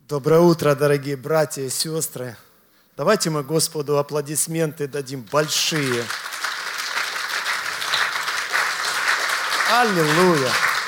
Доброе утро, дорогие братья и сестры. Давайте мы Господу аплодисменты дадим большие. Аллилуйя.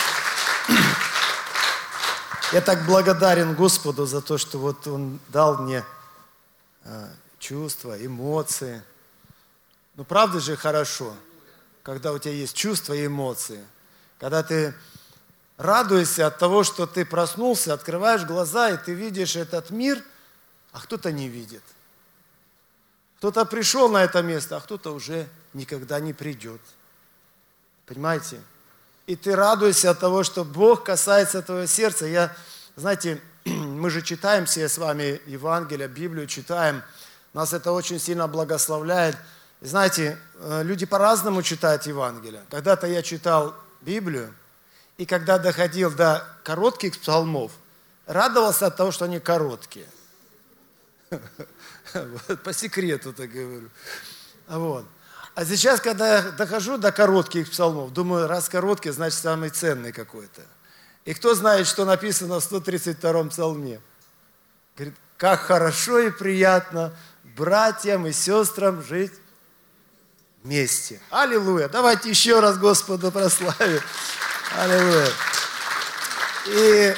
Я так благодарен Господу за то, что вот Он дал мне чувства, эмоции. Ну, правда же хорошо, когда у тебя есть чувства и эмоции. Когда ты радуешься от того, что ты проснулся, открываешь глаза, и ты видишь этот мир, а кто-то не видит. Кто-то пришел на это место, а кто-то уже никогда не придет. Понимаете? И ты радуешься от того, что Бог касается твоего сердца. Знаете, мы же читаем все с вами Евангелие, Библию читаем. Нас это очень сильно благословляет. И знаете, люди по-разному читают Евангелие. Когда-то я читал Библию, и когда доходил до коротких псалмов, радовался от того, что они короткие. По секрету так говорю. Вот. А сейчас, когда я дохожу до коротких псалмов, думаю, раз короткий, значит самый ценный какой-то. И кто знает, что написано в 132-м псалме? Говорит, как хорошо и приятно братьям и сестрам жить вместе. Аллилуйя. Давайте еще раз Господу прославим. Аллилуйя. И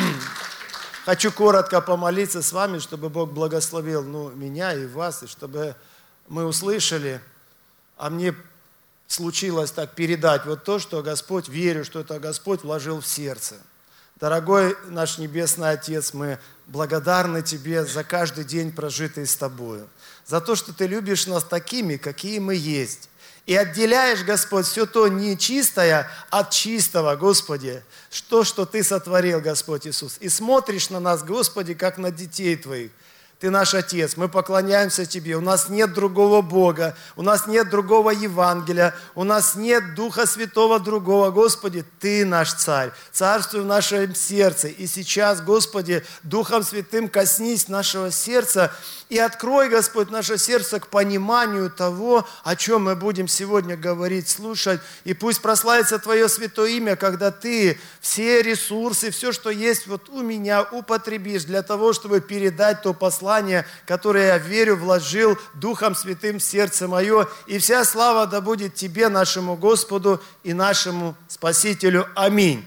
хочу коротко помолиться с вами, чтобы Бог благословил меня и вас, и чтобы мы услышали, а мне случилось так передать вот то, что Господь, верю, что это Господь вложил в сердце. Дорогой наш Небесный Отец, мы благодарны Тебе за каждый день, прожитый с Тобою, за то, что Ты любишь нас такими, какие мы есть. И отделяешь, Господь, все то нечистое от чистого, Господи, что Ты сотворил, Господь Иисус. И смотришь на нас, Господи, как на детей Твоих. Ты наш Отец, мы поклоняемся Тебе. У нас нет другого Бога, у нас нет другого Евангелия, у нас нет Духа Святого другого. Господи, Ты наш Царь, царствуй в нашем сердце. И сейчас, Господи, Духом Святым коснись нашего сердца и открой, Господь, наше сердце к пониманию того, о чем мы будем сегодня говорить, слушать. И пусть прославится Твое святое имя, когда Ты все ресурсы, все, что есть вот у меня, употребишь для того, чтобы передать то послание, которое, я верю, вложил Духом Святым в сердце мое. И вся слава да будет Тебе, нашему Господу и нашему Спасителю. Аминь.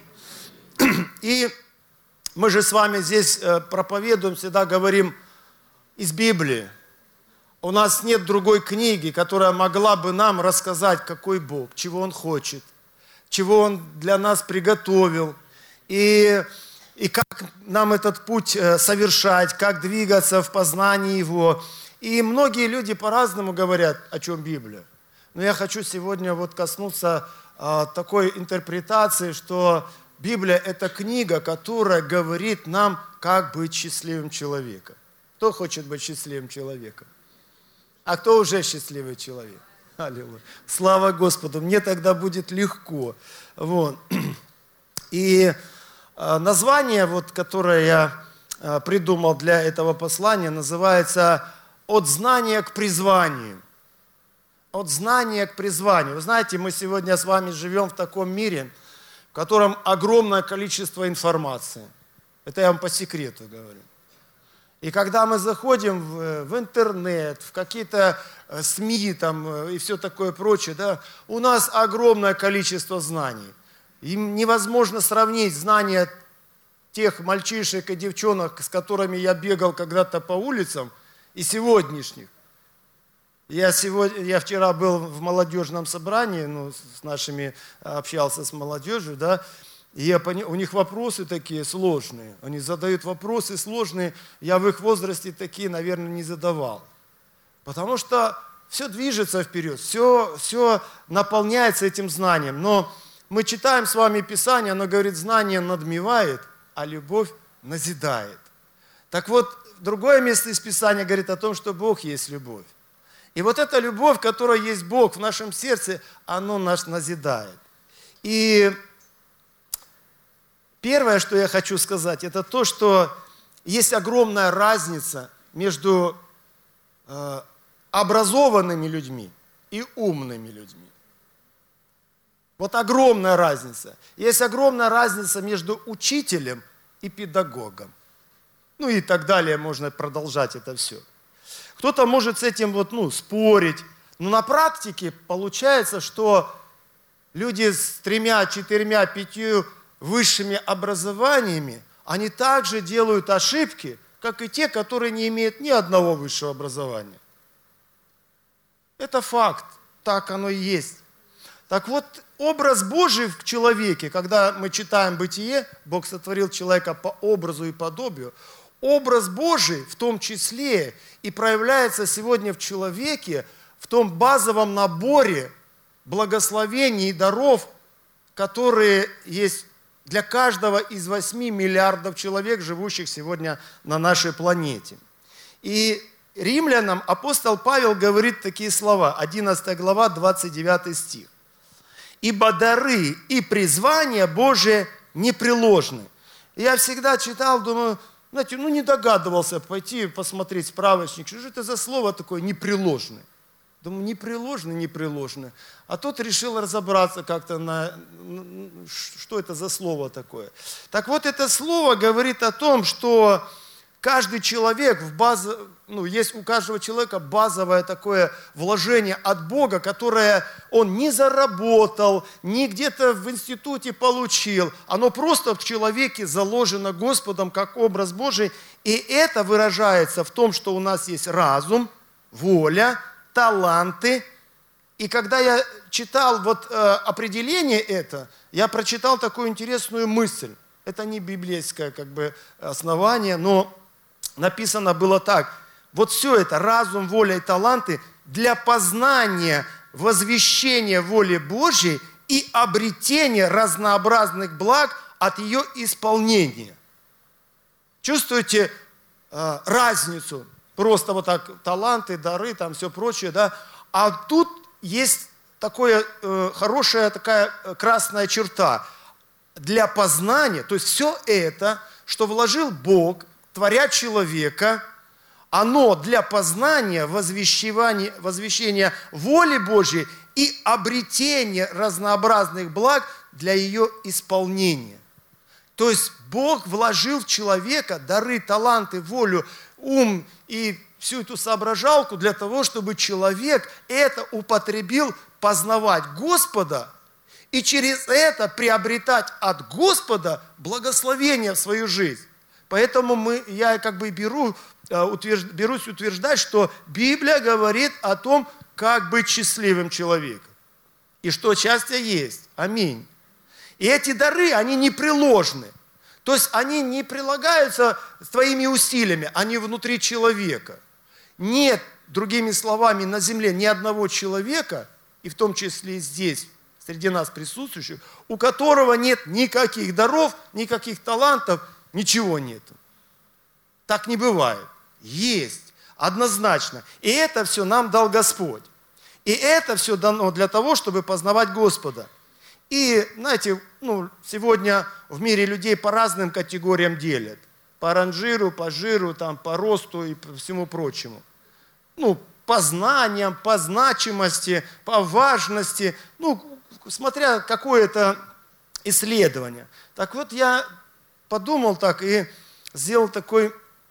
И мы же с вами здесь проповедуем, всегда говорим из Библии. У нас нет другой книги, которая могла бы нам рассказать, какой Бог, чего Он хочет, чего Он для нас приготовил, и как нам этот путь совершать, как двигаться в познании Его. И многие люди по-разному говорят, о чем Библия. Но я хочу сегодня вот коснуться такой интерпретации, что Библия – это книга, которая говорит нам, как быть счастливым человеком. Кто хочет быть счастливым человеком? А кто уже счастливый человек? Аллилуйя. Слава Господу, мне тогда будет легко. Вот. И название, вот, которое я придумал для этого послания, называется «От знания к призванию». От знания к призванию. Вы знаете, мы сегодня с вами живем в таком мире, в котором огромное количество информации. Это я вам по секрету говорю. И когда мы заходим в интернет, в какие-то СМИ там, и все такое прочее, да, у нас огромное количество знаний. Им невозможно сравнить знания тех мальчишек и девчонок, с которыми я бегал когда-то по улицам, и сегодняшних. Я вчера был в молодежном собрании, с нашими общался с молодежью, да, и у них вопросы такие сложные. Они задают вопросы сложные. Я в их возрасте такие, наверное, не задавал. Потому что все движется вперед, все наполняется этим знанием. Но мы читаем с вами Писание, оно говорит, знание надмевает, а любовь назидает. Так вот, другое место из Писания говорит о том, что Бог есть любовь. И вот эта любовь, которая есть Бог в нашем сердце, она нас назидает. И первое, что я хочу сказать, это то, что есть огромная разница между образованными людьми и умными людьми. Вот огромная разница. Есть огромная разница между учителем и педагогом. Ну и так далее, можно продолжать это все. Кто-то может с этим спорить, но на практике получается, что люди с 3, 4, 5 высшими образованиями, они также делают ошибки, как и те, которые не имеют ни одного высшего образования. Это факт, так оно и есть. Так вот, образ Божий в человеке, когда мы читаем Бытие, Бог сотворил человека по образу и подобию, образ Божий в том числе и проявляется сегодня в человеке в том базовом наборе благословений и даров, которые есть для каждого из 8 миллиардов человек, живущих сегодня на нашей планете. И римлянам апостол Павел говорит такие слова, 11 глава, 29 стих. «Ибо дары и призвания Божие непреложны». Я всегда читал, думаю, знаете, не догадывался пойти посмотреть справочник, что же это за слово такое непреложное. Думаю, непреложно. А тут решил разобраться как-то, что это за слово такое. Так вот, это слово говорит о том, что каждый человек, есть у каждого человека базовое такое вложение от Бога, которое он не заработал, не где-то в институте получил. Оно просто в человеке заложено Господом как образ Божий. И это выражается в том, что у нас есть разум, воля, таланты. И когда я читал определение это, я прочитал такую интересную мысль. Это не библейское основание, но написано было так. Вот все это, разум, воля и таланты, для познания, возвещения воли Божьей и обретения разнообразных благ от ее исполнения. Чувствуете разницу? Просто вот так таланты, дары, там все прочее, да. А тут есть хорошая такая красная черта. Для познания, то есть все это, что вложил Бог, творя человека, оно для познания, возвещения воли Божьей и обретения разнообразных благ для ее исполнения. То есть Бог вложил в человека дары, таланты, волю, ум и всю эту соображалку для того, чтобы человек это употребил познавать Господа и через это приобретать от Господа благословение в свою жизнь. Поэтому я берусь утверждать, что Библия говорит о том, как быть счастливым человеком. И что счастье есть. Аминь. И эти дары, они непреложны. То есть они не прилагаются твоими усилиями, они внутри человека. Нет, другими словами, на земле ни одного человека, и в том числе и здесь, среди нас присутствующих, у которого нет никаких даров, никаких талантов, ничего нету. Так не бывает. Есть. Однозначно. И это все нам дал Господь. И это все дано для того, чтобы познавать Господа. И, знаете, сегодня в мире людей по разным категориям делят. По ранжиру, по жиру, по росту и по всему прочему. По знаниям, по значимости, по важности. Смотря какое-это исследование. Так вот, я подумал так и сделал такой,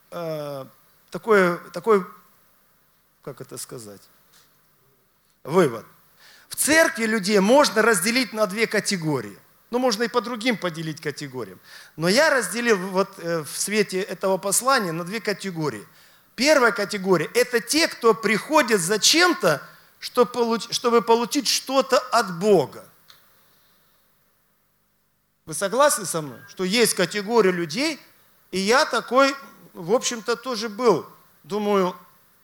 как это сказать, вывод. В церкви людей можно разделить на 2 категории. Можно и по другим поделить категориям. Но я разделил в свете этого послания на 2 категории. Первая категория – это те, кто приходит за чем-то, чтобы получить что-то от Бога. Вы согласны со мной, что есть категория людей, и я такой, в общем-то, тоже был. Думаю,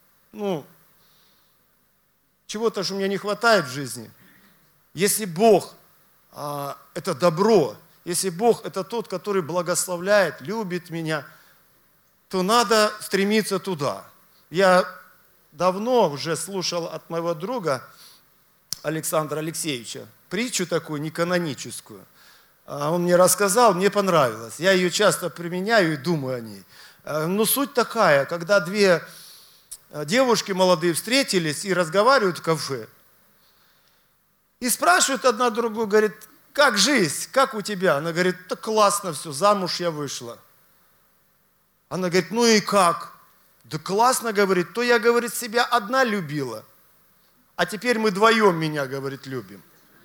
чего-то же у меня не хватает в жизни. Если Бог это добро, если Бог это тот, который благословляет, любит меня, то надо стремиться туда. Я давно уже слушал от моего друга Александра Алексеевича притчу такую, неканоническую. Он мне рассказал, мне понравилось. Я ее часто применяю и думаю о ней. Но суть такая, когда 2 девушки молодые встретились и разговаривают в кафе. И спрашивают одна другую, говорит, как жизнь, как у тебя? Она говорит, да классно все, замуж я вышла. Она говорит, ну и как? Да классно, говорит, то я, говорит, себя одна любила, а теперь мы вдвоем меня, говорит, любим.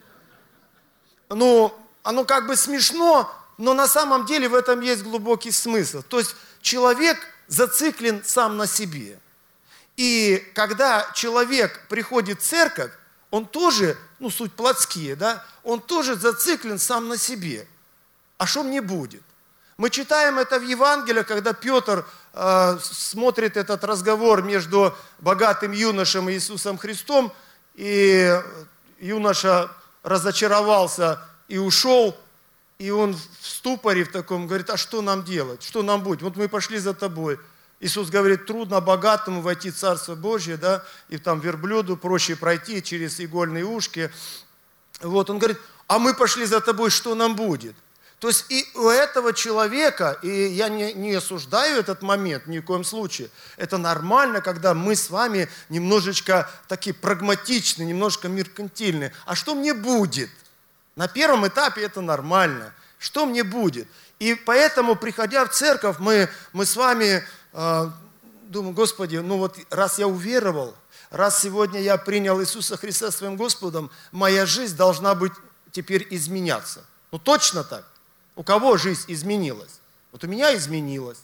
Ну, оно как бы смешно, но на самом деле в этом есть глубокий смысл. То есть человек зациклен сам на себе. И когда человек приходит в церковь, он тоже, ну суть плотские, да, он тоже зациклен сам на себе. А что мне будет? Мы читаем это в Евангелии, когда Петр смотрит этот разговор между богатым юношем и Иисусом Христом, и юноша разочаровался и ушел, и он в ступоре в таком говорит, а что нам делать, что нам будет? Вот мы пошли за тобой. Иисус говорит, трудно богатому войти в Царство Божье, да, и там верблюду проще пройти через игольные ушки. Вот он говорит, а мы пошли за тобой, что нам будет? То есть и у этого человека, и я не осуждаю этот момент ни в коем случае, это нормально, когда мы с вами немножечко такие прагматичны, немножко меркантильны. А что мне будет? На первом этапе это нормально. Что мне будет? И поэтому, приходя в церковь, мы с вами думаем, Господи, ну вот раз я уверовал, раз сегодня я принял Иисуса Христа своим Господом, моя жизнь должна быть теперь изменяться. Ну точно так. У кого жизнь изменилась? Вот у меня изменилась.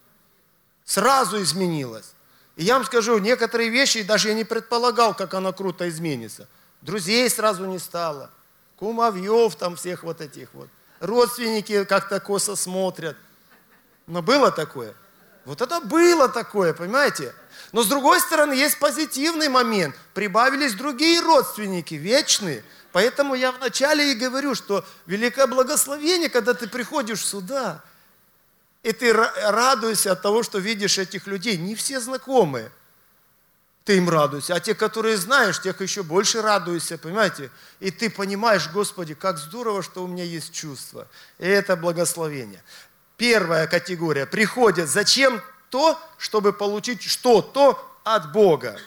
Сразу изменилась. И я вам скажу, некоторые вещи даже я не предполагал, как она круто изменится. Друзей сразу не стало. Кумовьев там всех вот этих вот. Родственники как-то косо смотрят. Но было такое? Вот это было такое, понимаете? Но с другой стороны, есть позитивный момент. Прибавились другие родственники, вечные. Поэтому я вначале и говорю, что великое благословение, когда ты приходишь сюда, и ты радуешься от того, что видишь этих людей. Не все знакомые, ты им радуешься, а те, которые знаешь, тех еще больше радуешься, понимаете? И ты понимаешь, Господи, как здорово, что у меня есть чувство. И это благословение. Первая категория. Приходят зачем-то, чтобы получить что-то от Бога.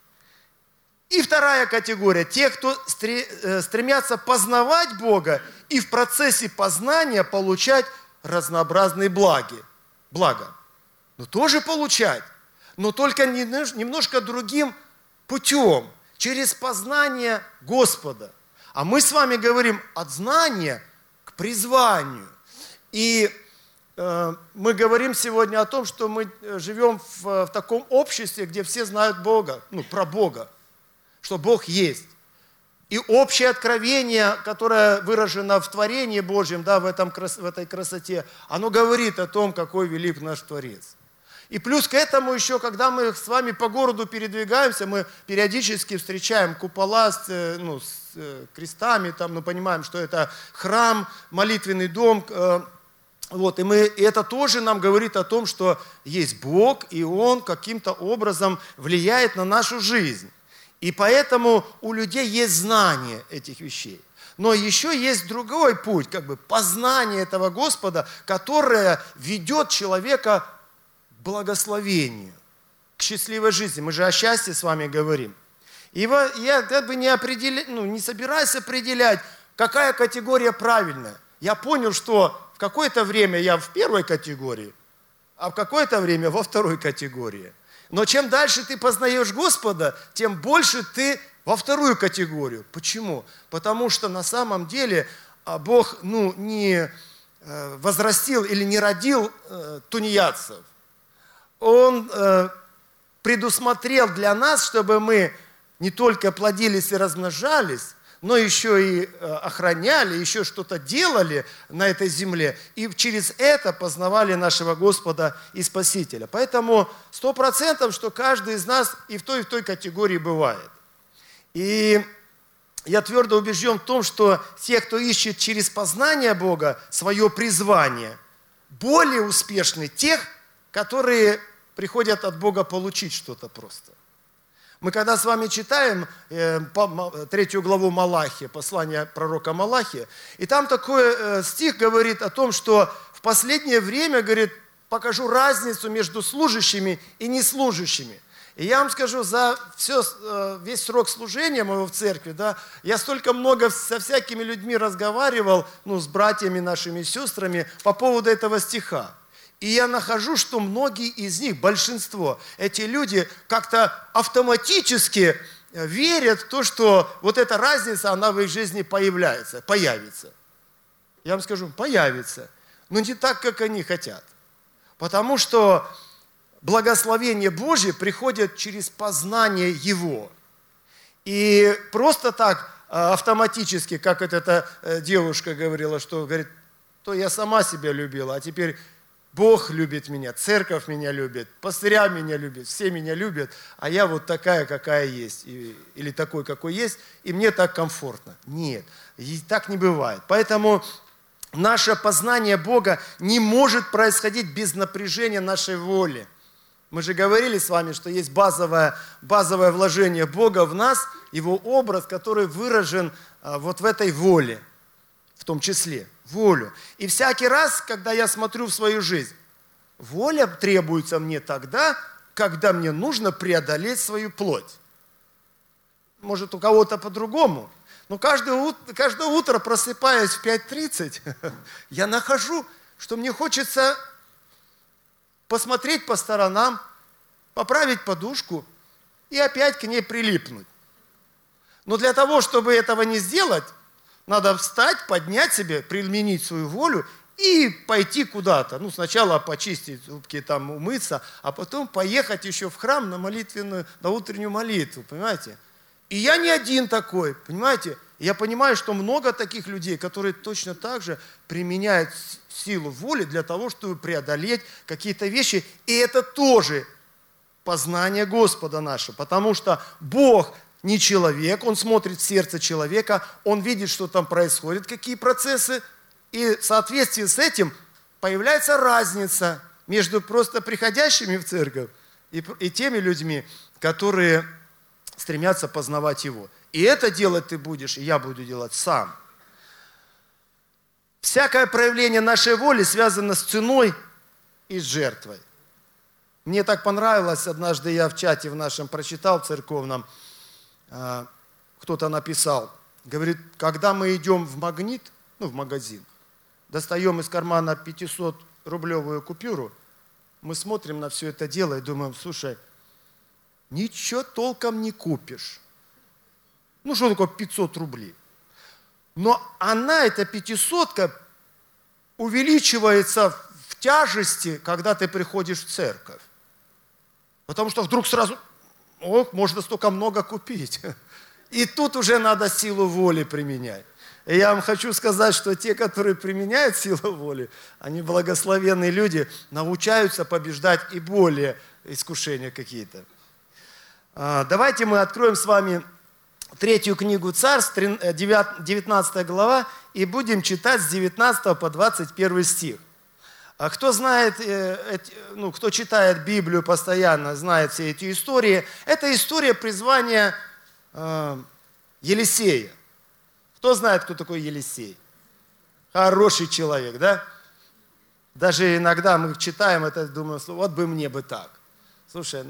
И вторая категория. Те, кто стремятся познавать Бога и в процессе познания получать разнообразные блага. Но тоже получать. Но только немножко другим путем. Через познание Господа. А мы с вами говорим от знания к призванию. И мы говорим сегодня о том, что мы живем в таком обществе, где все знают Бога, ну, про Бога, что Бог есть. И общее откровение, которое выражено в творении Божьем, да, в этой красоте, оно говорит о том, какой велик наш Творец. И плюс к этому еще, когда мы с вами по городу передвигаемся, мы периодически встречаем купола с крестами, там, мы понимаем, что это храм, молитвенный дом. Вот, и это тоже нам говорит о том, что есть Бог, и Он каким-то образом влияет на нашу жизнь. И поэтому у людей есть знание этих вещей. Но еще есть другой путь, как бы познание этого Господа, которое ведет человека к благословению, к счастливой жизни. Мы же о счастье с вами говорим. И я как бы не собираюсь определять, какая категория правильная. Я понял, что в какое-то время я в первой категории, а в какое-то время во второй категории. Но чем дальше ты познаешь Господа, тем больше ты во вторую категорию. Почему? Потому что на самом деле Бог не возрастил или не родил тунеядцев. Он предусмотрел для нас, чтобы мы не только плодились и размножались, но еще и охраняли, еще что-то делали на этой земле, и через это познавали нашего Господа и Спасителя. Поэтому 100%, что каждый из нас и в той категории бывает. И я твердо убежден в том, что те, кто ищет через познание Бога свое призвание, более успешны тех, которые приходят от Бога получить что-то просто. Мы когда с вами читаем 3 главу Малахии, послание пророка Малахии, и там такой стих говорит о том, что в последнее время, говорит, покажу разницу между служащими и неслужащими. И я вам скажу, за весь срок служения моего в церкви, да, я столько много со всякими людьми разговаривал, с братьями нашими, сестрами по поводу этого стиха. И я нахожу, что многие из них, большинство, эти люди как-то автоматически верят в то, что вот эта разница, она в их жизни появится. Я вам скажу, появится, но не так, как они хотят. Потому что благословение Божье приходит через познание Его. И просто так автоматически, как эта девушка говорила, что говорит, то я сама себя любила, а теперь Бог любит меня, церковь меня любит, пастыря меня любят, все меня любят, а я вот такая, какая есть, или такой, какой есть, и мне так комфортно. Нет, и так не бывает. Поэтому наше познание Бога не может происходить без напряжения нашей воли. Мы же говорили с вами, что есть базовое вложение Бога в нас, Его образ, который выражен вот в этой воле, в том числе, волю. И всякий раз, когда я смотрю в свою жизнь, воля требуется мне тогда, когда мне нужно преодолеть свою плоть. Может, у кого-то по-другому. Но каждое утро, просыпаясь в 5:30, я нахожу, что мне хочется посмотреть по сторонам, поправить подушку и опять к ней прилипнуть. Но для того, чтобы этого не сделать, надо встать, поднять себе, применить свою волю и пойти куда-то. Ну, сначала почистить зубки, там, умыться, а потом поехать еще в храм на утреннюю молитву, понимаете? И я не один такой, понимаете? Я понимаю, что много таких людей, которые точно так же применяют силу воли для того, чтобы преодолеть какие-то вещи. И это тоже познание Господа нашего, потому что Бог не человек, Он смотрит в сердце человека, Он видит, что там происходит, какие процессы, и в соответствии с этим появляется разница между просто приходящими в церковь и теми людьми, которые стремятся познавать Его. И это делать ты будешь, и я буду делать сам. Всякое проявление нашей воли связано с ценой и с жертвой. Мне так понравилось, однажды я в чате в нашем прочитал, в церковном, кто-то написал, говорит, когда мы идем в Магнит, в магазин, достаем из кармана 500-рублевую купюру, мы смотрим на все это дело и думаем, слушай, ничего толком не купишь. Что такое 500 рублей? Но эта 500-ка, увеличивается в тяжести, когда ты приходишь в церковь. Потому что вдруг сразу, можно столько много купить. И тут уже надо силу воли применять. И я вам хочу сказать, что те, которые применяют силу воли, они благословенные люди, научаются побеждать и более искушения какие-то. Давайте мы откроем с вами 3 книгу Царств, 19 глава, и будем читать с 19 по 21 стих. Кто знает, кто читает Библию постоянно, знает все эти истории. Это история призвания Елисея. Кто знает, кто такой Елисей? Хороший человек, да? Даже иногда мы читаем это, думаем, вот бы мне бы так. Слушай,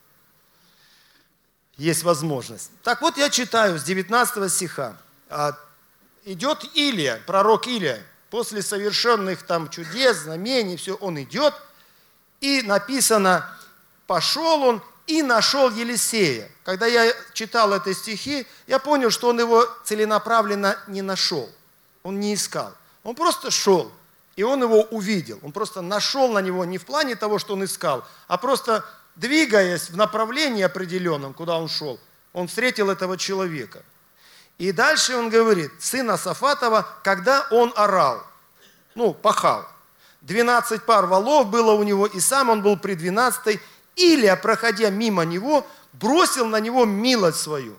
есть возможность. Так вот я читаю с 19 стиха. Идет Илия, пророк Илия, после совершенных там чудес, знамений, все, он идет, и написано, пошел он и нашел Елисея. Когда я читал эти стихи, я понял, что он его целенаправленно не нашел, он не искал. Он просто шел, и он его увидел. Он просто нашел на него не в плане того, что он искал, а просто двигаясь в направлении определенном, куда он шел, он встретил этого человека. И дальше он говорит, сына Сафатова, когда он орал, пахал. 12 пар волов было у него, и сам он был при 12-й. Илия, проходя мимо него, бросил на него милость свою.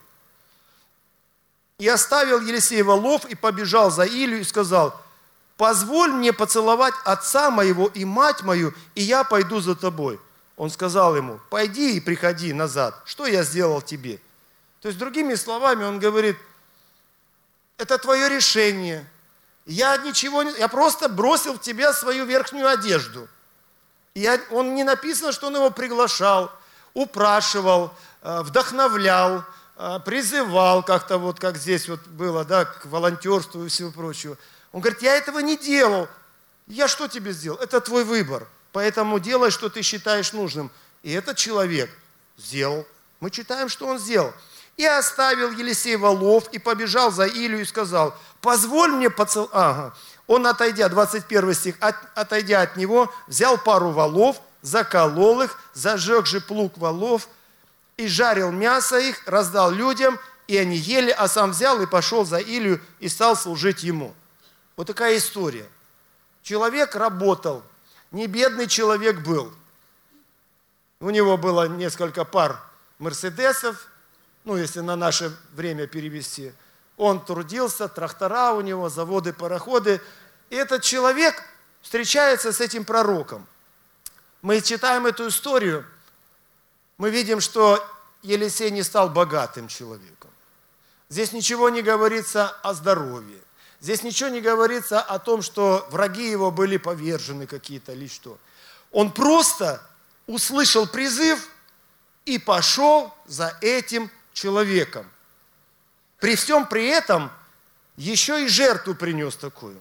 И оставил Елисей волов и побежал за Илию и сказал, позволь мне поцеловать отца моего и мать мою, и я пойду за тобой. Он сказал ему, пойди и приходи назад, что я сделал тебе? То есть, другими словами, он говорит, это твое решение. Я просто бросил в тебя свою верхнюю одежду. Он не написано, что он его приглашал, упрашивал, вдохновлял, призывал как-то как здесь было, да, к волонтерству и всего прочего. Он говорит, я этого не делал. Я что тебе сделал? Это твой выбор. поэтому делай, что ты считаешь нужным. И этот человек сделал. Мы читаем, что он сделал. И оставил Елисей волов и побежал за Илию и сказал: позволь мне поцеловать. Ага. Он, отойдя, 21 стих, отойдя от него, взял пару волов, заколол их, зажег же плуг волов и жарил мясо их, раздал людям, и они ели, а сам взял и пошел за Илию и стал служить ему. Вот такая история. Человек работал, не бедный человек был. У него было несколько пар мерседесов, ну, если на наше время перевести. Он трудился, трактора у него, заводы, пароходы. И этот человек встречается с этим пророком. Мы читаем эту историю, мы видим, что Елисей не стал богатым человеком. Здесь ничего не говорится о здоровье. Здесь ничего не говорится о том, что враги его были повержены какие-то или что. Он просто услышал призыв и пошел за этим человеком. При всем при этом еще и жертву принес такую.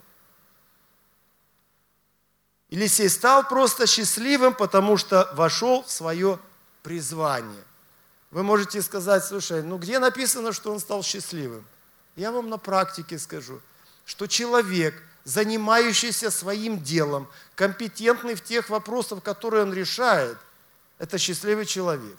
Елисей стал просто счастливым, потому что вошел в свое призвание. Вы можете сказать: слушай, ну где написано, что он стал счастливым? Я вам на практике скажу, что человек, занимающийся своим делом, компетентный в тех вопросах, которые он решает, это счастливый человек.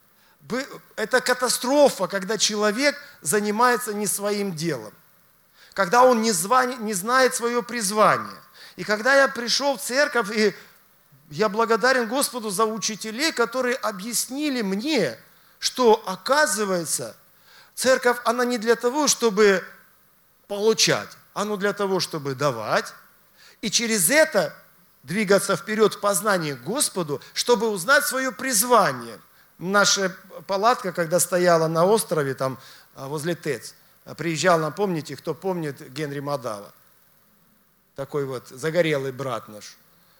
Это катастрофа, когда человек занимается не своим делом, когда он не знает свое призвание. И когда я пришел в церковь, и я благодарен Господу за учителей, которые объяснили мне, что, оказывается, церковь, она не для того, чтобы получать, она для того, чтобы давать, и через это двигаться вперед в познании к Господу, чтобы узнать свое призвание. Наша палатка, когда стояла на острове, там возле ТЭЦ, приезжал нам, помните, кто помнит, Генри Мадава, такой вот загорелый брат наш.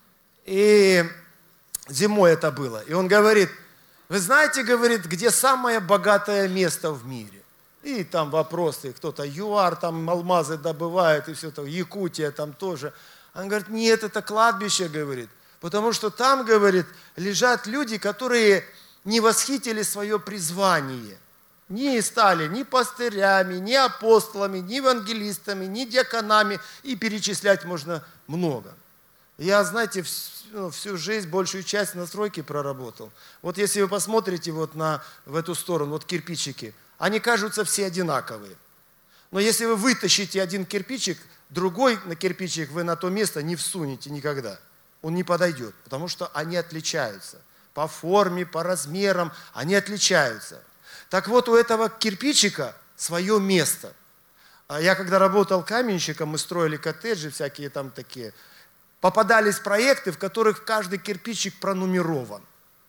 И зимой это было. И он говорит: вы знаете, говорит, где самое богатое место в мире? И там вопросы, кто-то ЮАР, там алмазы добывает, и все это, Якутия там тоже. Он говорит: нет, это кладбище, говорит, потому что там, говорит, лежат люди, которые не восхитили свое призвание. Не стали ни пастырями, ни апостолами, ни евангелистами, ни диаконами, и перечислять можно много. Я, знаете, всю жизнь, большую часть на стройке проработал. Вот если вы посмотрите вот в эту сторону, вот кирпичики, они кажутся все одинаковые. Но если вы вытащите один кирпичик, другой на кирпичик вы на то место не всунете никогда. Он не подойдет, потому что они отличаются. По форме, по размерам, они отличаются. Так вот, у этого кирпичика свое место. Я когда работал каменщиком, мы строили коттеджи всякие там такие, попадались проекты, в которых каждый кирпичик пронумерован.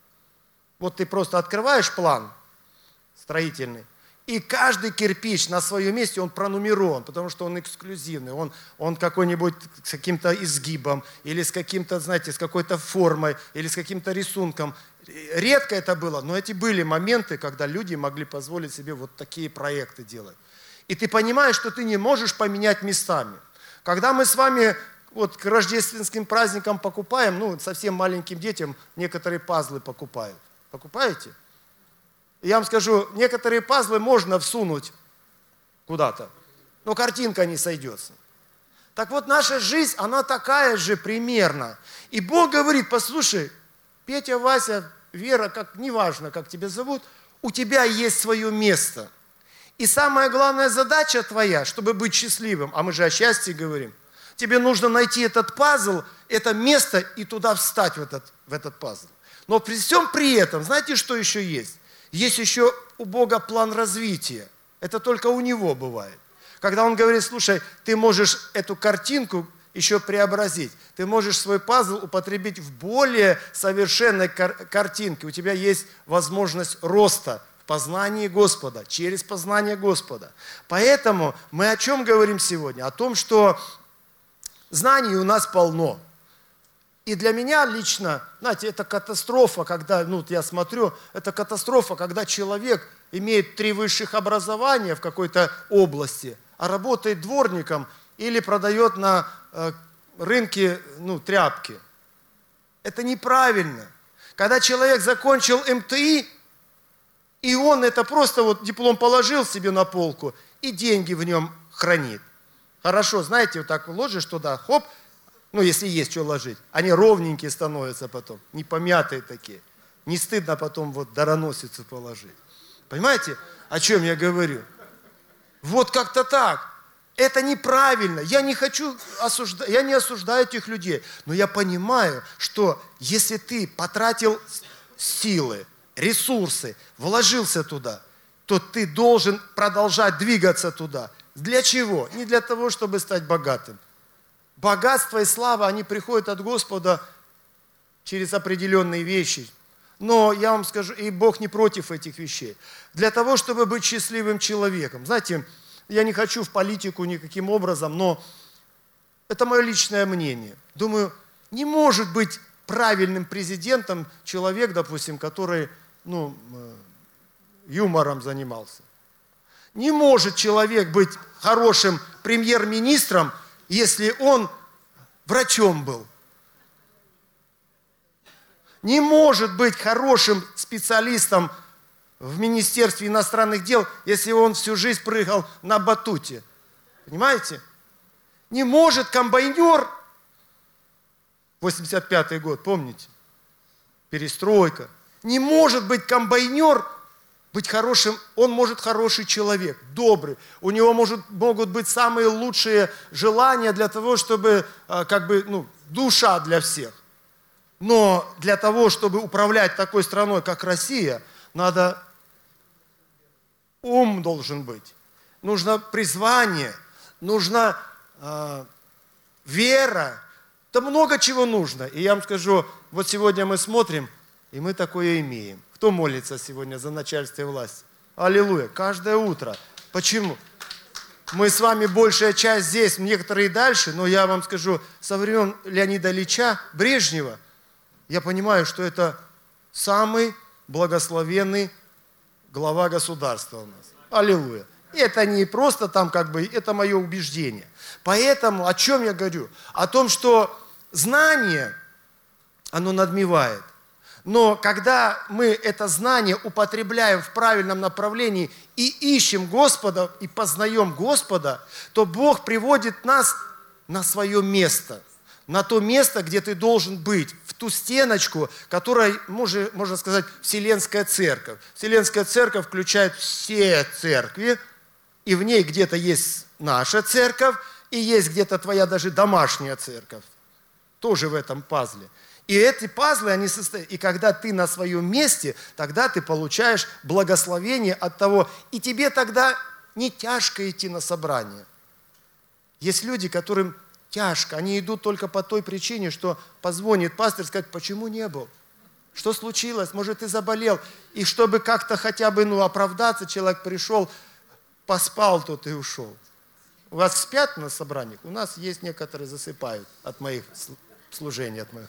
Вот ты просто открываешь план строительный, и каждый кирпич на своем месте, он пронумерован, потому что он эксклюзивный, он какой-нибудь с каким-то изгибом, или с каким-то, знаете, с какой-то формой, или с каким-то рисунком. Редко это было, но эти были моменты, когда люди могли позволить себе вот такие проекты делать. И ты понимаешь, что ты не можешь поменять местами. Когда мы с вами вот к рождественским праздникам покупаем, ну, совсем маленьким детям некоторые пазлы покупают. Покупаете? Я вам скажу, некоторые пазлы можно всунуть куда-то, но картинка не сойдется. Так вот, наша жизнь, она такая же примерно. И Бог говорит: послушай, Петя, Вася, Вера, неважно, как тебя зовут, у тебя есть свое место. И самая главная задача твоя, чтобы быть счастливым, а мы же о счастье говорим, тебе нужно найти этот пазл, это место и туда встать в этот пазл. Но при всем при этом, знаете, что еще есть? Есть еще у Бога план развития. Это только у Него бывает. Когда Он говорит: слушай, ты можешь эту картинку еще преобразить. Ты можешь свой пазл употребить в более совершенной картинке. У тебя есть возможность роста в познании Господа, через познание Господа. Поэтому мы о чем говорим сегодня? О том, что знаний у нас полно. И для меня лично, знаете, это катастрофа, когда, я смотрю, это катастрофа, когда человек имеет 3 высших образования в какой-то области, а работает дворником или продает на рынке, тряпки. Это неправильно. Когда человек закончил МТИ, и он это просто вот диплом положил себе на полку, и деньги в нем хранит. Хорошо, знаете, вот так ложишь туда, хоп, ну если есть что ложить, они ровненькие становятся потом, не помятые такие. Не стыдно потом вот дароносицу положить. Понимаете, о чем я говорю? Вот как-то так. Это неправильно. Я не осуждаю этих людей. Но я понимаю, что если ты потратил силы, ресурсы, вложился туда, то ты должен продолжать двигаться туда. Для чего? Не для того, чтобы стать богатым. Богатство и слава, они приходят от Господа через определенные вещи. Но я вам скажу, и Бог не против этих вещей. Для того, чтобы быть счастливым человеком. Знаете, я не хочу в политику никаким образом, но это мое личное мнение. Думаю, не может быть правильным президентом человек, допустим, который юмором занимался. Не может человек быть хорошим премьер-министром, если он врачом был. Не может быть хорошим специалистом в Министерстве иностранных дел, если он всю жизнь прыгал на батуте. Понимаете? Не может комбайнер, 85-й год, помните? Перестройка. Не может быть комбайнер, быть хорошим, он может хороший человек, добрый. У него могут быть самые лучшие желания для того, чтобы, душа для всех. Но для того, чтобы управлять такой страной, как Россия, надо ум должен быть. Нужно призвание, нужна вера. Да много чего нужно. И я вам скажу, вот сегодня мы смотрим, и мы такое имеем. Кто молится сегодня за начальство и власть? Аллилуйя. Каждое утро. Почему? Мы с вами большая часть здесь, некоторые дальше, но я вам скажу, со времен Леонида Ильича Брежнева, я понимаю, что это самый благословенный глава государства у нас. Аллилуйя. И это не просто там это мое убеждение. Поэтому о чем я говорю? О том, что знание, оно надмевает. Но когда мы это знание употребляем в правильном направлении и ищем Господа, и познаем Господа, то Бог приводит нас на свое место. На то место, где ты должен быть, в ту стеночку, которая, можно сказать, Вселенская Церковь. Вселенская Церковь включает все церкви, и в ней где-то есть наша церковь, и есть где-то твоя даже домашняя церковь. Тоже в этом пазле. И эти пазлы, они состоят. И когда ты на своем месте, тогда ты получаешь благословение от того, и тебе тогда не тяжко идти на собрание. Есть люди, которым тяжко. Они идут только по той причине, что позвонит пастор и скажет, почему не был? Что случилось? Может, ты заболел? И чтобы как-то хотя бы оправдаться, человек пришел, поспал тут и ушел. У вас спят на собраниях? У нас есть некоторые засыпают от моих служений. От моих.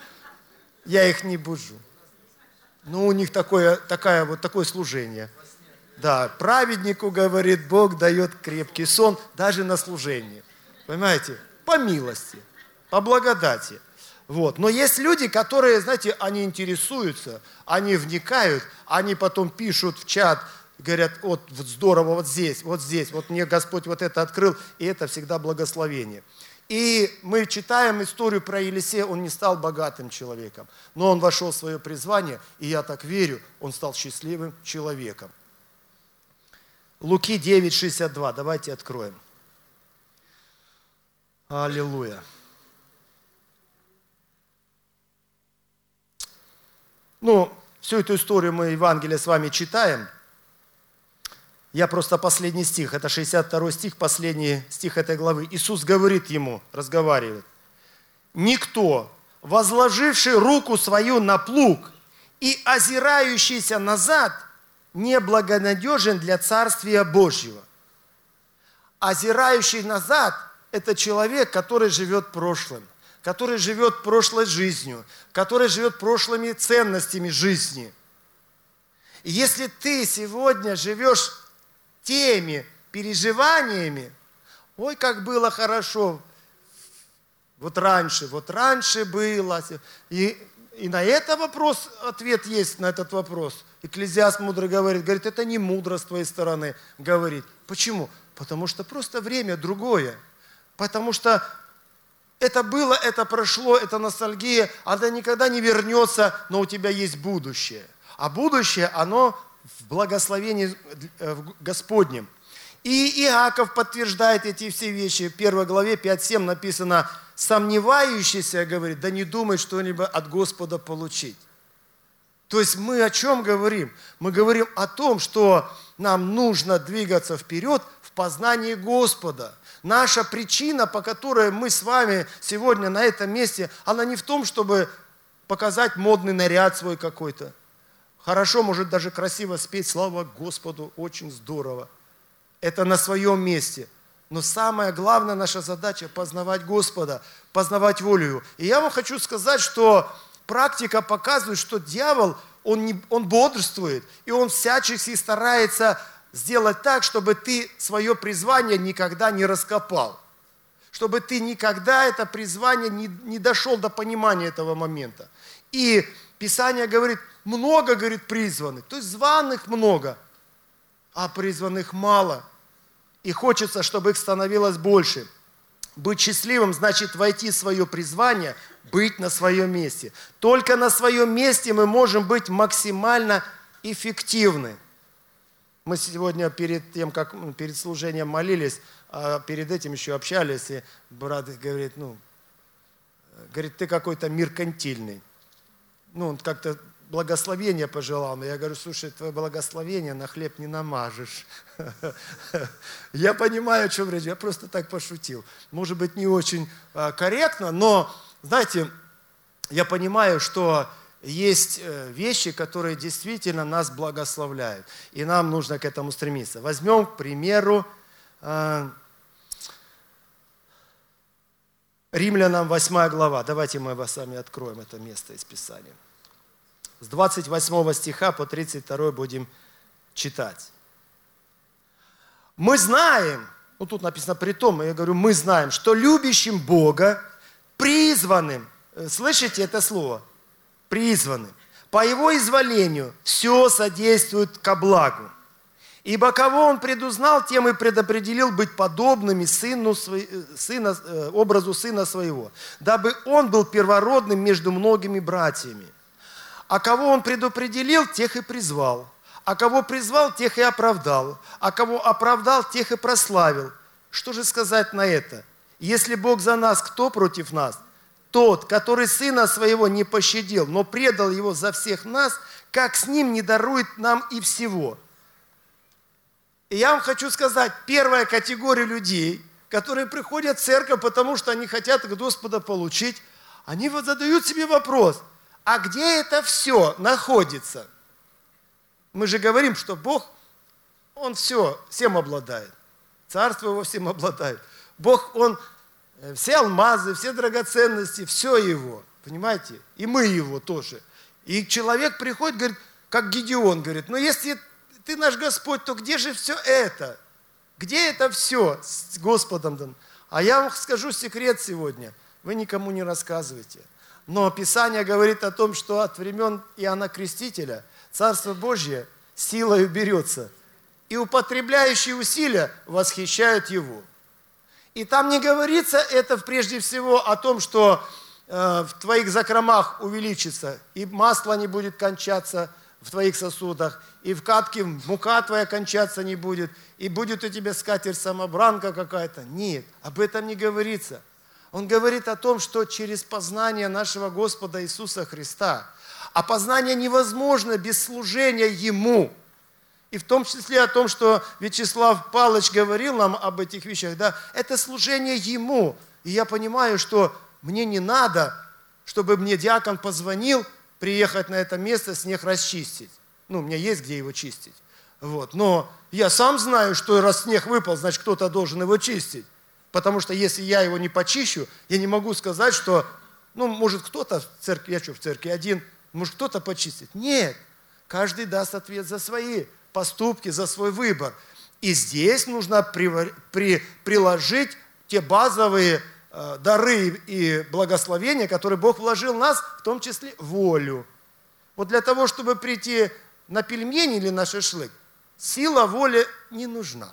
Я их не бужу. Но у них такое служение. Да, праведнику, говорит, Бог дает крепкий сон даже на служении. Понимаете? По милости, по благодати. Вот. Но есть люди, которые, знаете, они интересуются, они вникают, они потом пишут в чат, говорят, вот здорово, вот здесь, вот мне Господь вот это открыл, и это всегда благословение. И мы читаем историю про Елисея, он не стал богатым человеком, но он вошел в свое призвание, и я так верю, он стал счастливым человеком. Луки 9:62, давайте откроем. Аллилуйя. Всю эту историю мы Евангелие с вами читаем. Я просто последний стих, это 62 стих, последний стих этой главы. Иисус говорит ему, разговаривает. Никто, возложивший руку свою на плуг и озирающийся назад, не благонадежен для Царствия Божьего. Озирающий назад – это человек, который живет прошлым, который живет прошлой жизнью, который живет прошлыми ценностями жизни. И если ты сегодня живешь теми переживаниями, ой, как было хорошо Вот раньше было. И на этот вопрос, ответ есть на этот вопрос. Экклезиаст мудрый говорит, это не мудро с твоей стороны говорить. Почему? Потому что просто время другое. Потому что это было, это прошло, это ностальгия, она никогда не вернется, но у тебя есть будущее. А будущее, оно в благословении Господнем. И Иаков подтверждает эти все вещи. В 1 главе 5-7 написано, сомневающийся, говорит, да не думает что-либо от Господа получить. То есть мы о чем говорим? Мы говорим о том, что нам нужно двигаться вперед в познании Господа. Наша причина, по которой мы с вами сегодня на этом месте, она не в том, чтобы показать модный наряд свой какой-то. Хорошо, может даже красиво спеть, слава Господу, очень здорово. Это на своем месте. Но самая главная наша задача – познавать Господа, познавать волю Его. И я вам хочу сказать, что практика показывает, что дьявол, он бодрствует, и он всячески старается сделать так, чтобы ты свое призвание никогда не раскопал. Чтобы ты никогда это призвание не дошел до понимания этого момента. И Писание говорит, много, говорит, призванных, то есть званых много, а призванных мало. И хочется, чтобы их становилось больше. Быть счастливым значит войти в свое призвание, быть на своем месте. Только на своем месте мы можем быть максимально эффективны. Мы сегодня перед тем, как перед служением молились, а перед этим еще общались, и брат говорит, ты какой-то меркантильный. Он как-то благословение пожелал, но я говорю, слушай, твое благословение на хлеб не намажешь. Я понимаю, о чем речь, я просто так пошутил. Может быть, не очень корректно, но, знаете, я понимаю, что есть вещи, которые действительно нас благословляют, и нам нужно к этому стремиться. Возьмем, к примеру, Римлянам 8 глава. Давайте мы с вами откроем это место из Писания. С 28 стиха по 32 будем читать. Мы знаем, тут написано «притом», я говорю, мы знаем, что любящим Бога, призванным, слышите это слово? Призванным. По Его изволению все содействует ко благу. Ибо кого Он предузнал, тем и предопределил быть подобными образу Сына Своего, дабы Он был первородным между многими братьями. А кого Он предопределил, тех и призвал. А кого призвал, тех и оправдал. А кого оправдал, тех и прославил. Что же сказать на это? Если Бог за нас, кто против нас? Тот, который Сына Своего не пощадил, но предал Его за всех нас, как с Ним не дарует нам и всего? И я вам хочу сказать, первая категория людей, которые приходят в церковь, потому что они хотят от Господа получить, они вот задают себе вопрос, а где это все находится? Мы же говорим, что Бог, Он всем обладает. Царство Его всем обладает. Бог, Он все алмазы, все драгоценности, все Его. Понимаете? И мы Его тоже. И человек приходит, говорит, как Гедеон, говорит, если Ты наш Господь, то где же все это? Где это все с Господом? А я вам скажу секрет сегодня. Вы никому не рассказывайте. Но Писание говорит о том, что от времен Иоанна Крестителя Царство Божье силою берется, и употребляющие усилия восхищают Его. И там не говорится это прежде всего о том, что в твоих закромах увеличится, и масло не будет кончаться в твоих сосудах, и в катке мука твоя кончаться не будет, и будет у тебя скатерть-самобранка какая-то. Нет, об этом не говорится. Он говорит о том, что через познание нашего Господа Иисуса Христа, а познание невозможно без служения Ему. И в том числе о том, что Вячеслав Павлович говорил нам об этих вещах, это служение Ему. И я понимаю, что мне не надо, чтобы мне диакон позвонил, приехать на это место, снег расчистить. У меня есть где его чистить. Но я сам знаю, что раз снег выпал, значит кто-то должен его чистить. Потому что если я его не почищу, я не могу сказать, что, может кто-то в церкви, я в церкви один, может кто-то почистит. Нет, каждый даст ответ за свои поступки, за свой выбор. И здесь нужно приложить те базовые дары и благословения, которые Бог вложил в нас, в том числе волю. Вот для того, чтобы прийти на пельмени или на шашлык, сила воли не нужна.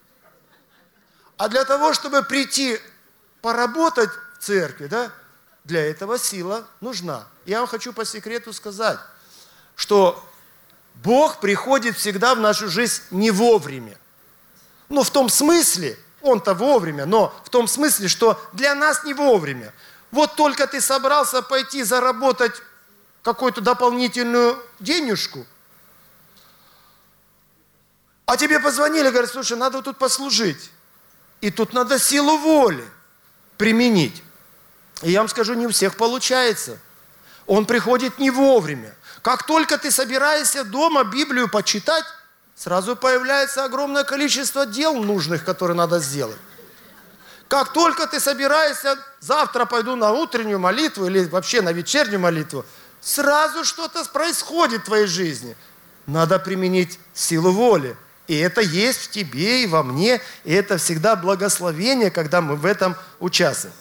А для того, чтобы прийти поработать в церкви, да, для этого сила нужна. Я вам хочу по секрету сказать, что Бог приходит всегда в нашу жизнь не вовремя. Ну, в том смысле, Он-то вовремя, но в том смысле, что для нас не вовремя. Вот только ты собрался пойти заработать какую-то дополнительную денежку, а тебе позвонили, говорят, слушай, надо тут послужить. И тут надо силу воли применить. И я вам скажу, не у всех получается. Он приходит не вовремя. Как только ты собираешься дома Библию почитать, сразу появляется огромное количество дел нужных, которые надо сделать. Как только ты собираешься, завтра пойду на утреннюю молитву или вообще на вечернюю молитву, сразу что-то происходит в твоей жизни. Надо применить силу воли. И это есть в тебе и во мне, и это всегда благословение, когда мы в этом участвуем.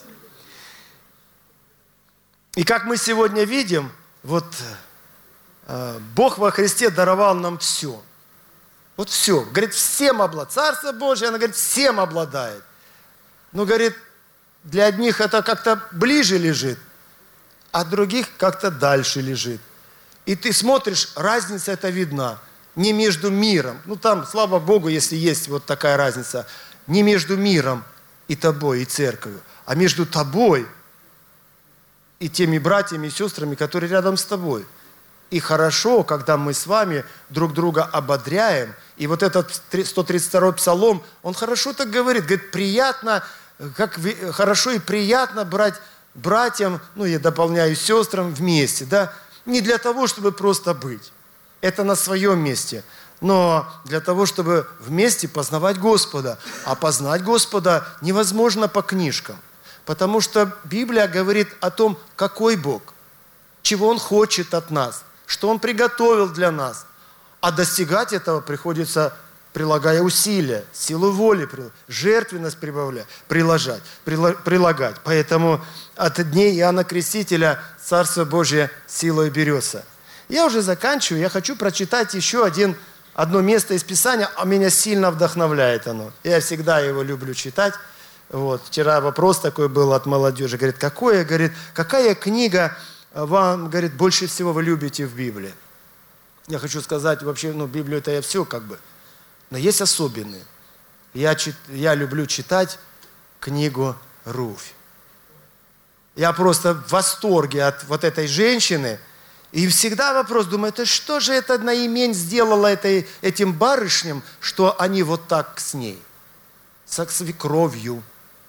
И как мы сегодня видим, вот Бог во Христе даровал нам все. Вот все. Говорит, всем обладает. Царство Божие, она говорит, всем обладает. Но, говорит, для одних это как-то ближе лежит, а других как-то дальше лежит. И ты смотришь, разница эта видна. Не между миром, ну там, слава Богу, если есть вот такая разница, не между миром и тобой, и церковью, а между тобой и теми братьями и сестрами, которые рядом с тобой. И хорошо, когда мы с вами друг друга ободряем. И вот этот 132-й псалом, он хорошо так говорит, приятно, как хорошо и приятно брать братьям, ну я дополняю сестрам вместе, да, не для того, чтобы просто быть. Это на своем месте. Но для того, чтобы вместе познавать Господа. А познать Господа невозможно по книжкам. Потому что Библия говорит о том, какой Бог, чего Он хочет от нас, что Он приготовил для нас. А достигать этого приходится, прилагая усилия, силу воли, жертвенность прилагать. Поэтому от дней Иоанна Крестителя Царство Божие силой берется. Я уже заканчиваю, я хочу прочитать еще одно место из Писания, а меня сильно вдохновляет оно. Я всегда его люблю читать. Вот. Вчера вопрос такой был от молодежи, говорит, какая книга вам, говорит, больше всего вы любите в Библии? Я хочу сказать, вообще, Библию это я все как бы, но есть особенные. Я люблю читать книгу Руфь. Я просто в восторге от вот этой женщины. И всегда вопрос, думаю, это что же это Наимень сделала этим барышням, что они вот так с ней, с свекровью.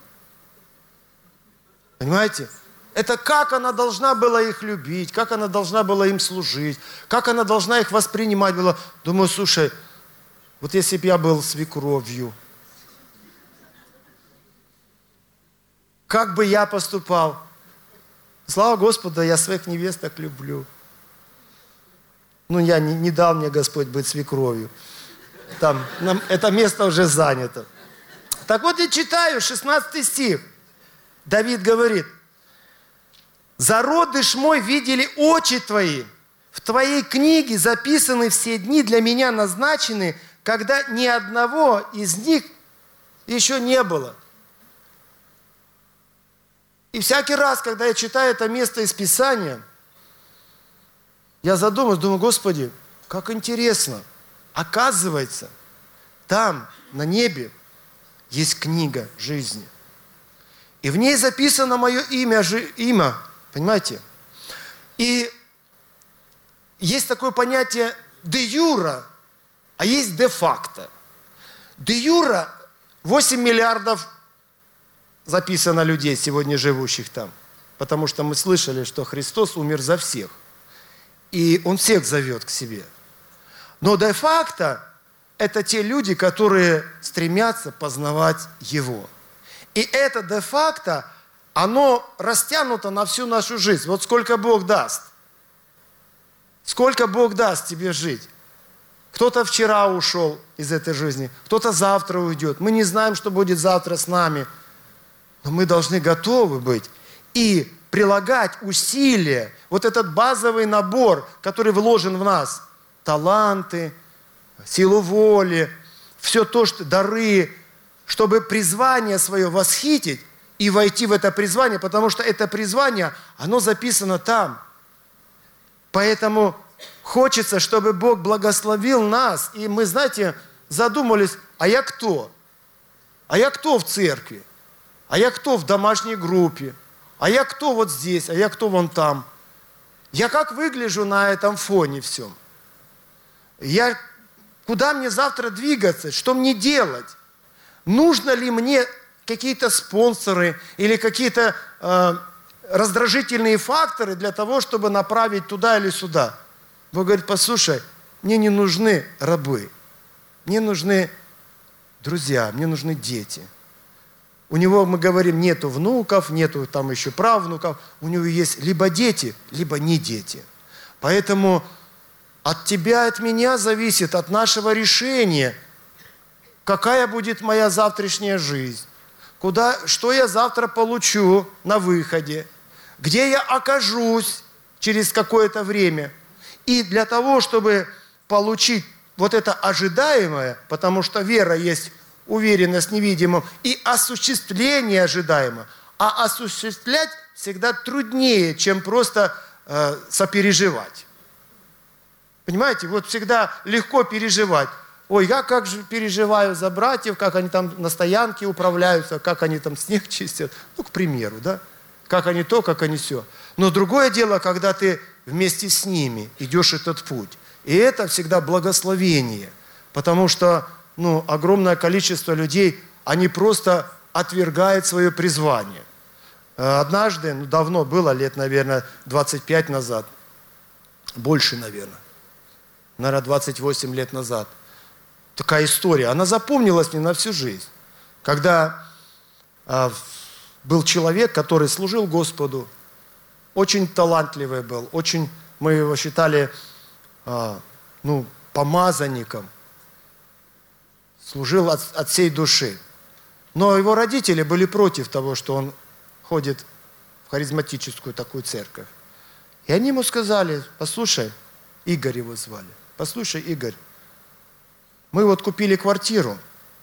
Понимаете? Это как она должна была их любить, как она должна была им служить, как она должна их воспринимать была. Думаю, слушай, вот если бы я был свекровью, как бы я поступал? Слава Господу, я своих невесток люблю. Я не дал мне Господь быть свекровью. Там, это место уже занято. Так вот я читаю 16 стих. Давид говорит, «Зародыш мой видели очи твои, в твоей книге записаны все дни для меня назначены, когда ни одного из них еще не было». И всякий раз, когда я читаю это место из Писания, я задумался, думаю, Господи, как интересно. Оказывается, там, на небе, есть книга жизни. И в ней записано мое имя, понимаете? И есть такое понятие де юра, а есть де факто. Де юра 8 миллиардов записано людей, сегодня живущих там. Потому что мы слышали, что Христос умер за всех. И Он всех зовет к себе. Но де-факто это те люди, которые стремятся познавать Его. И это де-факто, оно растянуто на всю нашу жизнь. Вот сколько Бог даст. Сколько Бог даст тебе жить. Кто-то вчера ушел из этой жизни, кто-то завтра уйдет. Мы не знаем, что будет завтра с нами. Но мы должны готовы быть и прилагать усилия, вот этот базовый набор, который вложен в нас, таланты, силу воли, все то, что дары, чтобы призвание свое восхитить и войти в это призвание, потому что это призвание, оно записано там. Поэтому хочется, чтобы Бог благословил нас, и мы, знаете, задумались, а я кто? А я кто в церкви? А я кто в домашней группе? А я кто вот здесь? А я кто вон там? Я как выгляжу на этом фоне всем? Куда мне завтра двигаться? Что мне делать? Нужно ли мне какие-то спонсоры или какие-то раздражительные факторы для того, чтобы направить туда или сюда? Бог говорит, послушай, мне не нужны рабы, мне нужны друзья, мне нужны дети. У него, мы говорим, нету внуков, нету там еще правнуков, у него есть либо дети, либо не дети. Поэтому от тебя, от меня зависит, от нашего решения, какая будет моя завтрашняя жизнь, что я завтра получу на выходе, где я окажусь через какое-то время. И для того, чтобы получить вот это ожидаемое, потому что вера есть уверенность в невидимом и осуществление ожидаемого, а осуществлять всегда труднее, чем просто сопереживать. Понимаете, вот всегда легко переживать. Ой, я как же переживаю за братьев, как они там на стоянке управляются, как они там снег чистят. Ну, к примеру, да? Как они то, как они все. Но другое дело, когда ты вместе с ними идешь этот путь. И это всегда благословение. Потому что, огромное количество людей, они просто отвергают свое призвание. Однажды, давно было, лет, наверное, 25 назад, больше, наверное, 28 лет назад, такая история, она запомнилась мне на всю жизнь. Когда был человек, который служил Господу, очень талантливый был, мы его считали, помазанником, служил от всей души. Но его родители были против того, что он ходит в харизматическую такую церковь. И они ему сказали, послушай, Игорь его звали, послушай, Игорь, мы вот купили квартиру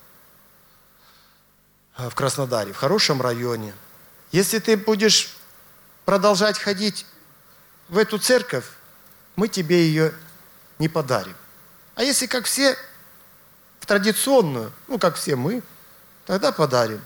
в Краснодаре, в хорошем районе. Если ты будешь продолжать ходить в эту церковь, мы тебе ее не подарим. А если как все, в традиционную, как все мы, тогда подарим.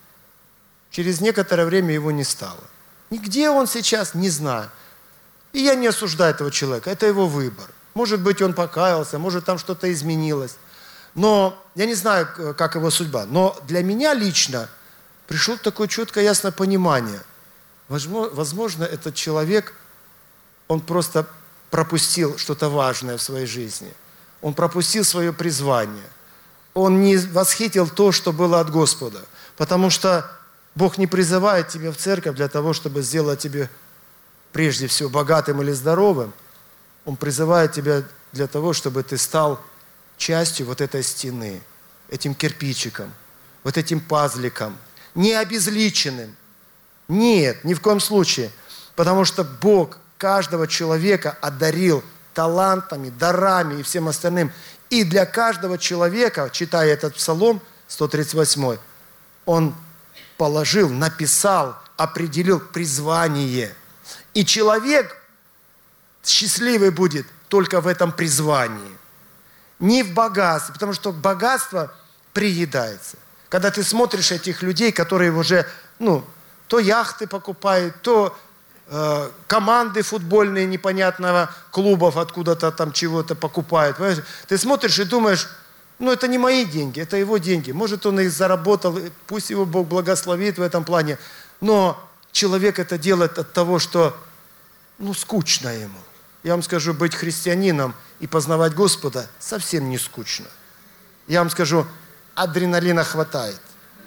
Через некоторое время его не стало. Нигде он сейчас, не знаю. И я не осуждаю этого человека, это его выбор. Может быть, он покаялся, может, там что-то изменилось. Но я не знаю, как его судьба. Но для меня лично пришло такое четкое, ясное понимание. Возможно, этот человек, он просто пропустил что-то важное в своей жизни. Он пропустил свое призвание. Он не восхитил то, что было от Господа. Потому что Бог не призывает тебя в церковь для того, чтобы сделать тебя прежде всего богатым или здоровым. Он призывает тебя для того, чтобы ты стал частью вот этой стены, этим кирпичиком, вот этим пазликом, не обезличенным. Нет, ни в коем случае. Потому что Бог каждого человека одарил талантами, дарами и всем остальным. И для каждого человека, читая этот псалом 138, он положил, написал, определил призвание. И человек счастливый будет только в этом призвании. Не в богатстве, потому что богатство приедается. Когда ты смотришь этих людей, которые уже, то яхты покупают, то команды футбольные непонятного клубов откуда-то там чего-то покупают. Понимаешь? Ты смотришь и думаешь, это не мои деньги, это его деньги. Может, он их заработал, пусть его Бог благословит в этом плане. Но человек это делает от того, что, скучно ему. Я вам скажу, быть христианином и познавать Господа совсем не скучно. Я вам скажу, адреналина хватает.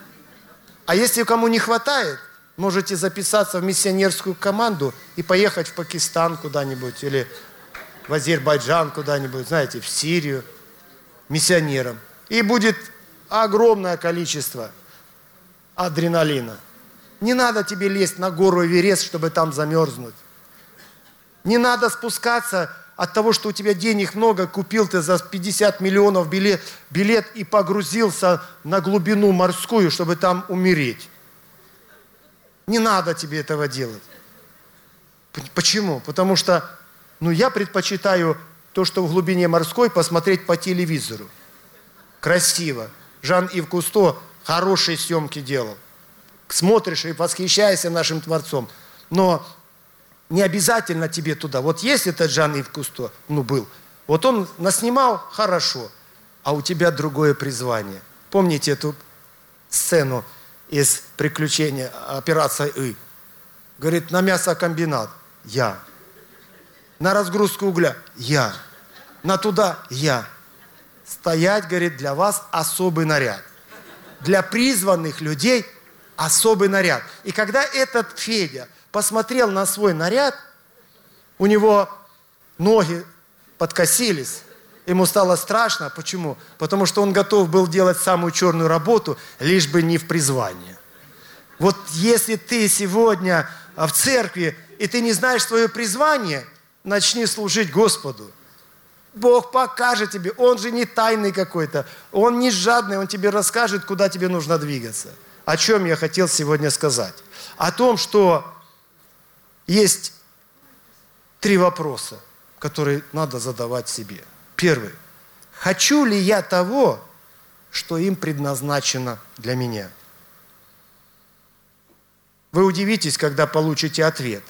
А если кому не хватает, можете записаться в миссионерскую команду и поехать в Пакистан куда-нибудь или в Азербайджан куда-нибудь, знаете, в Сирию миссионером. И будет огромное количество адреналина. Не надо тебе лезть на гору Эверест, чтобы там замерзнуть. Не надо спускаться от того, что у тебя денег много, купил ты за 50 миллионов билет и погрузился на глубину морскую, чтобы там умереть. Не надо тебе этого делать. Почему? Потому что я предпочитаю то, что в глубине морской, посмотреть по телевизору. Красиво. Жан-Ив Кусто хорошие съемки делал. Смотришь и восхищаешься нашим Творцом. Но не обязательно тебе туда. Вот есть этот Жан-Ив Кусто, был. Вот он наснимал хорошо, а у тебя другое призвание. Помните эту сцену из «Приключения», «Операция И»? Говорит, на мясокомбинат – я. На разгрузку угля – я. На туда – я. Стоять, говорит, для вас особый наряд. Для призванных людей особый наряд. И когда этот Федя посмотрел на свой наряд, у него ноги подкосились. Ему стало страшно. Почему? Потому что он готов был делать самую черную работу, лишь бы не в призвание. Вот если ты сегодня в церкви, и ты не знаешь свое призвание, начни служить Господу. Бог покажет тебе. Он же не тайный какой-то. Он не жадный. Он тебе расскажет, куда тебе нужно двигаться. О чем я хотел сегодня сказать? О том, что есть 3 вопроса, которые надо задавать себе. Первый. Хочу ли я того, что им предназначено для меня? Вы удивитесь, когда получите ответ.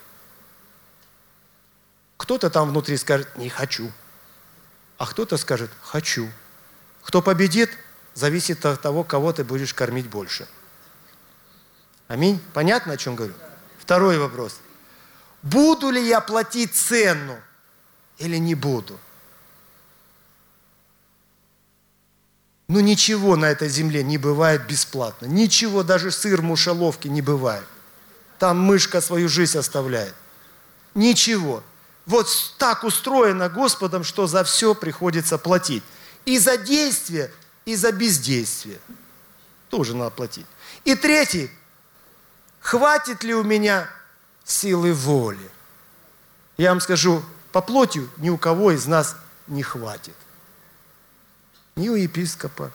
Кто-то там внутри скажет, не хочу. А кто-то скажет, хочу. Кто победит, зависит от того, кого ты будешь кормить больше. Аминь? Понятно, о чем говорю? Второй вопрос. Буду ли я платить цену или не буду? Ничего на этой земле не бывает бесплатно. Ничего, даже сыр в мышеловке не бывает. Там мышка свою жизнь оставляет. Ничего. Вот так устроено Господом, что за все приходится платить. И за действие, и за бездействие. Тоже надо платить. И третий. Хватит ли у меня силы воли? Я вам скажу, по плотью ни у кого из нас не хватит. Ни у епископа,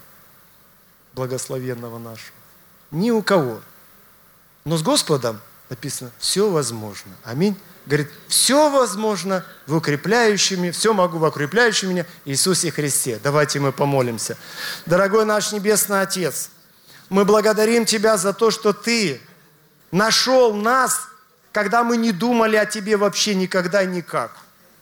благословенного нашего, ни у кого. Но с Господом написано, все возможно. Аминь. Говорит, все возможно в укрепляющем, все могу в укрепляющем меня Иисусе Христе. Давайте мы помолимся. Дорогой наш Небесный Отец, мы благодарим Тебя за то, что Ты нашел нас, когда мы не думали о Тебе вообще никогда и никак.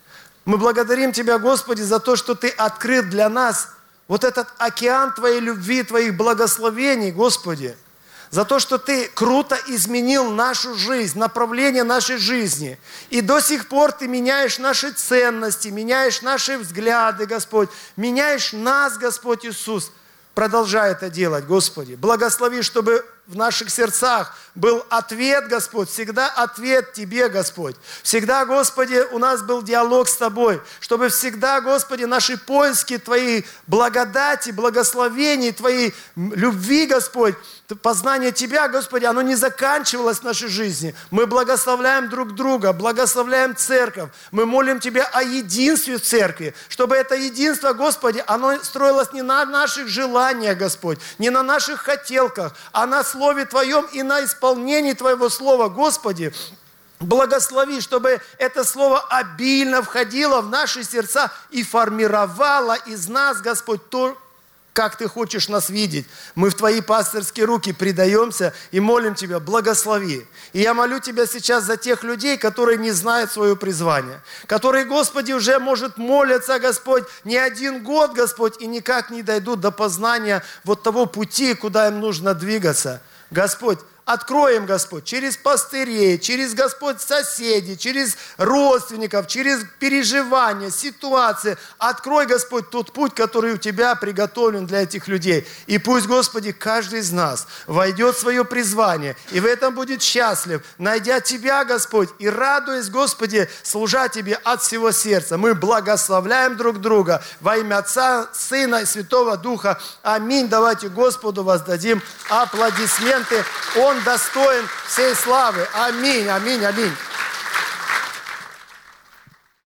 Мы благодарим Тебя, Господи, за то, что Ты открыл для нас вот этот океан Твоей любви, Твоих благословений, Господи. За то, что Ты круто изменил нашу жизнь, направление нашей жизни. И до сих пор Ты меняешь наши ценности, меняешь наши взгляды, Господь. Меняешь нас, Господь Иисус. Продолжай это делать, Господи. Благослови, чтобы в наших сердцах был ответ, Господь, всегда ответ Тебе, Господь. Всегда, Господи, у нас был диалог с Тобой, чтобы всегда, Господи, наши поиски Твоей благодати, благословений, Твоей любви, Господь, познание Тебя, Господи, оно не заканчивалось в нашей жизни. Мы благословляем друг друга, благословляем церковь. Мы молим Тебя о единстве в церкви, чтобы это единство, Господи, оно строилось не на наших желаниях, Господь, не на наших хотелках, а на Слове Твоем и на исполнении Твоего Слова, Господи. Благослови, чтобы это Слово обильно входило в наши сердца и формировало из нас, Господь, то, как Ты хочешь нас видеть. Мы в Твои пастырские руки предаемся и молим Тебя, благослови. И я молю Тебя сейчас за тех людей, которые не знают свое призвание, которые, Господи, уже, может, молятся, Господь, не 1 год, Господь, и никак не дойдут до познания вот того пути, куда им нужно двигаться. Господь, открой им, Господь, через пастырей, через, Господь, соседей, через родственников, через переживания, ситуации. Открой, Господь, тот путь, который у Тебя приготовлен для этих людей. И пусть, Господи, каждый из нас войдет в свое призвание и в этом будет счастлив, найдя Тебя, Господь, и радуясь, Господи, служа Тебе от всего сердца. Мы благословляем друг друга во имя Отца, Сына и Святого Духа. Аминь. Давайте Господу воздадим аплодисменты. Он Он достоин всей славы. Аминь, аминь, аминь.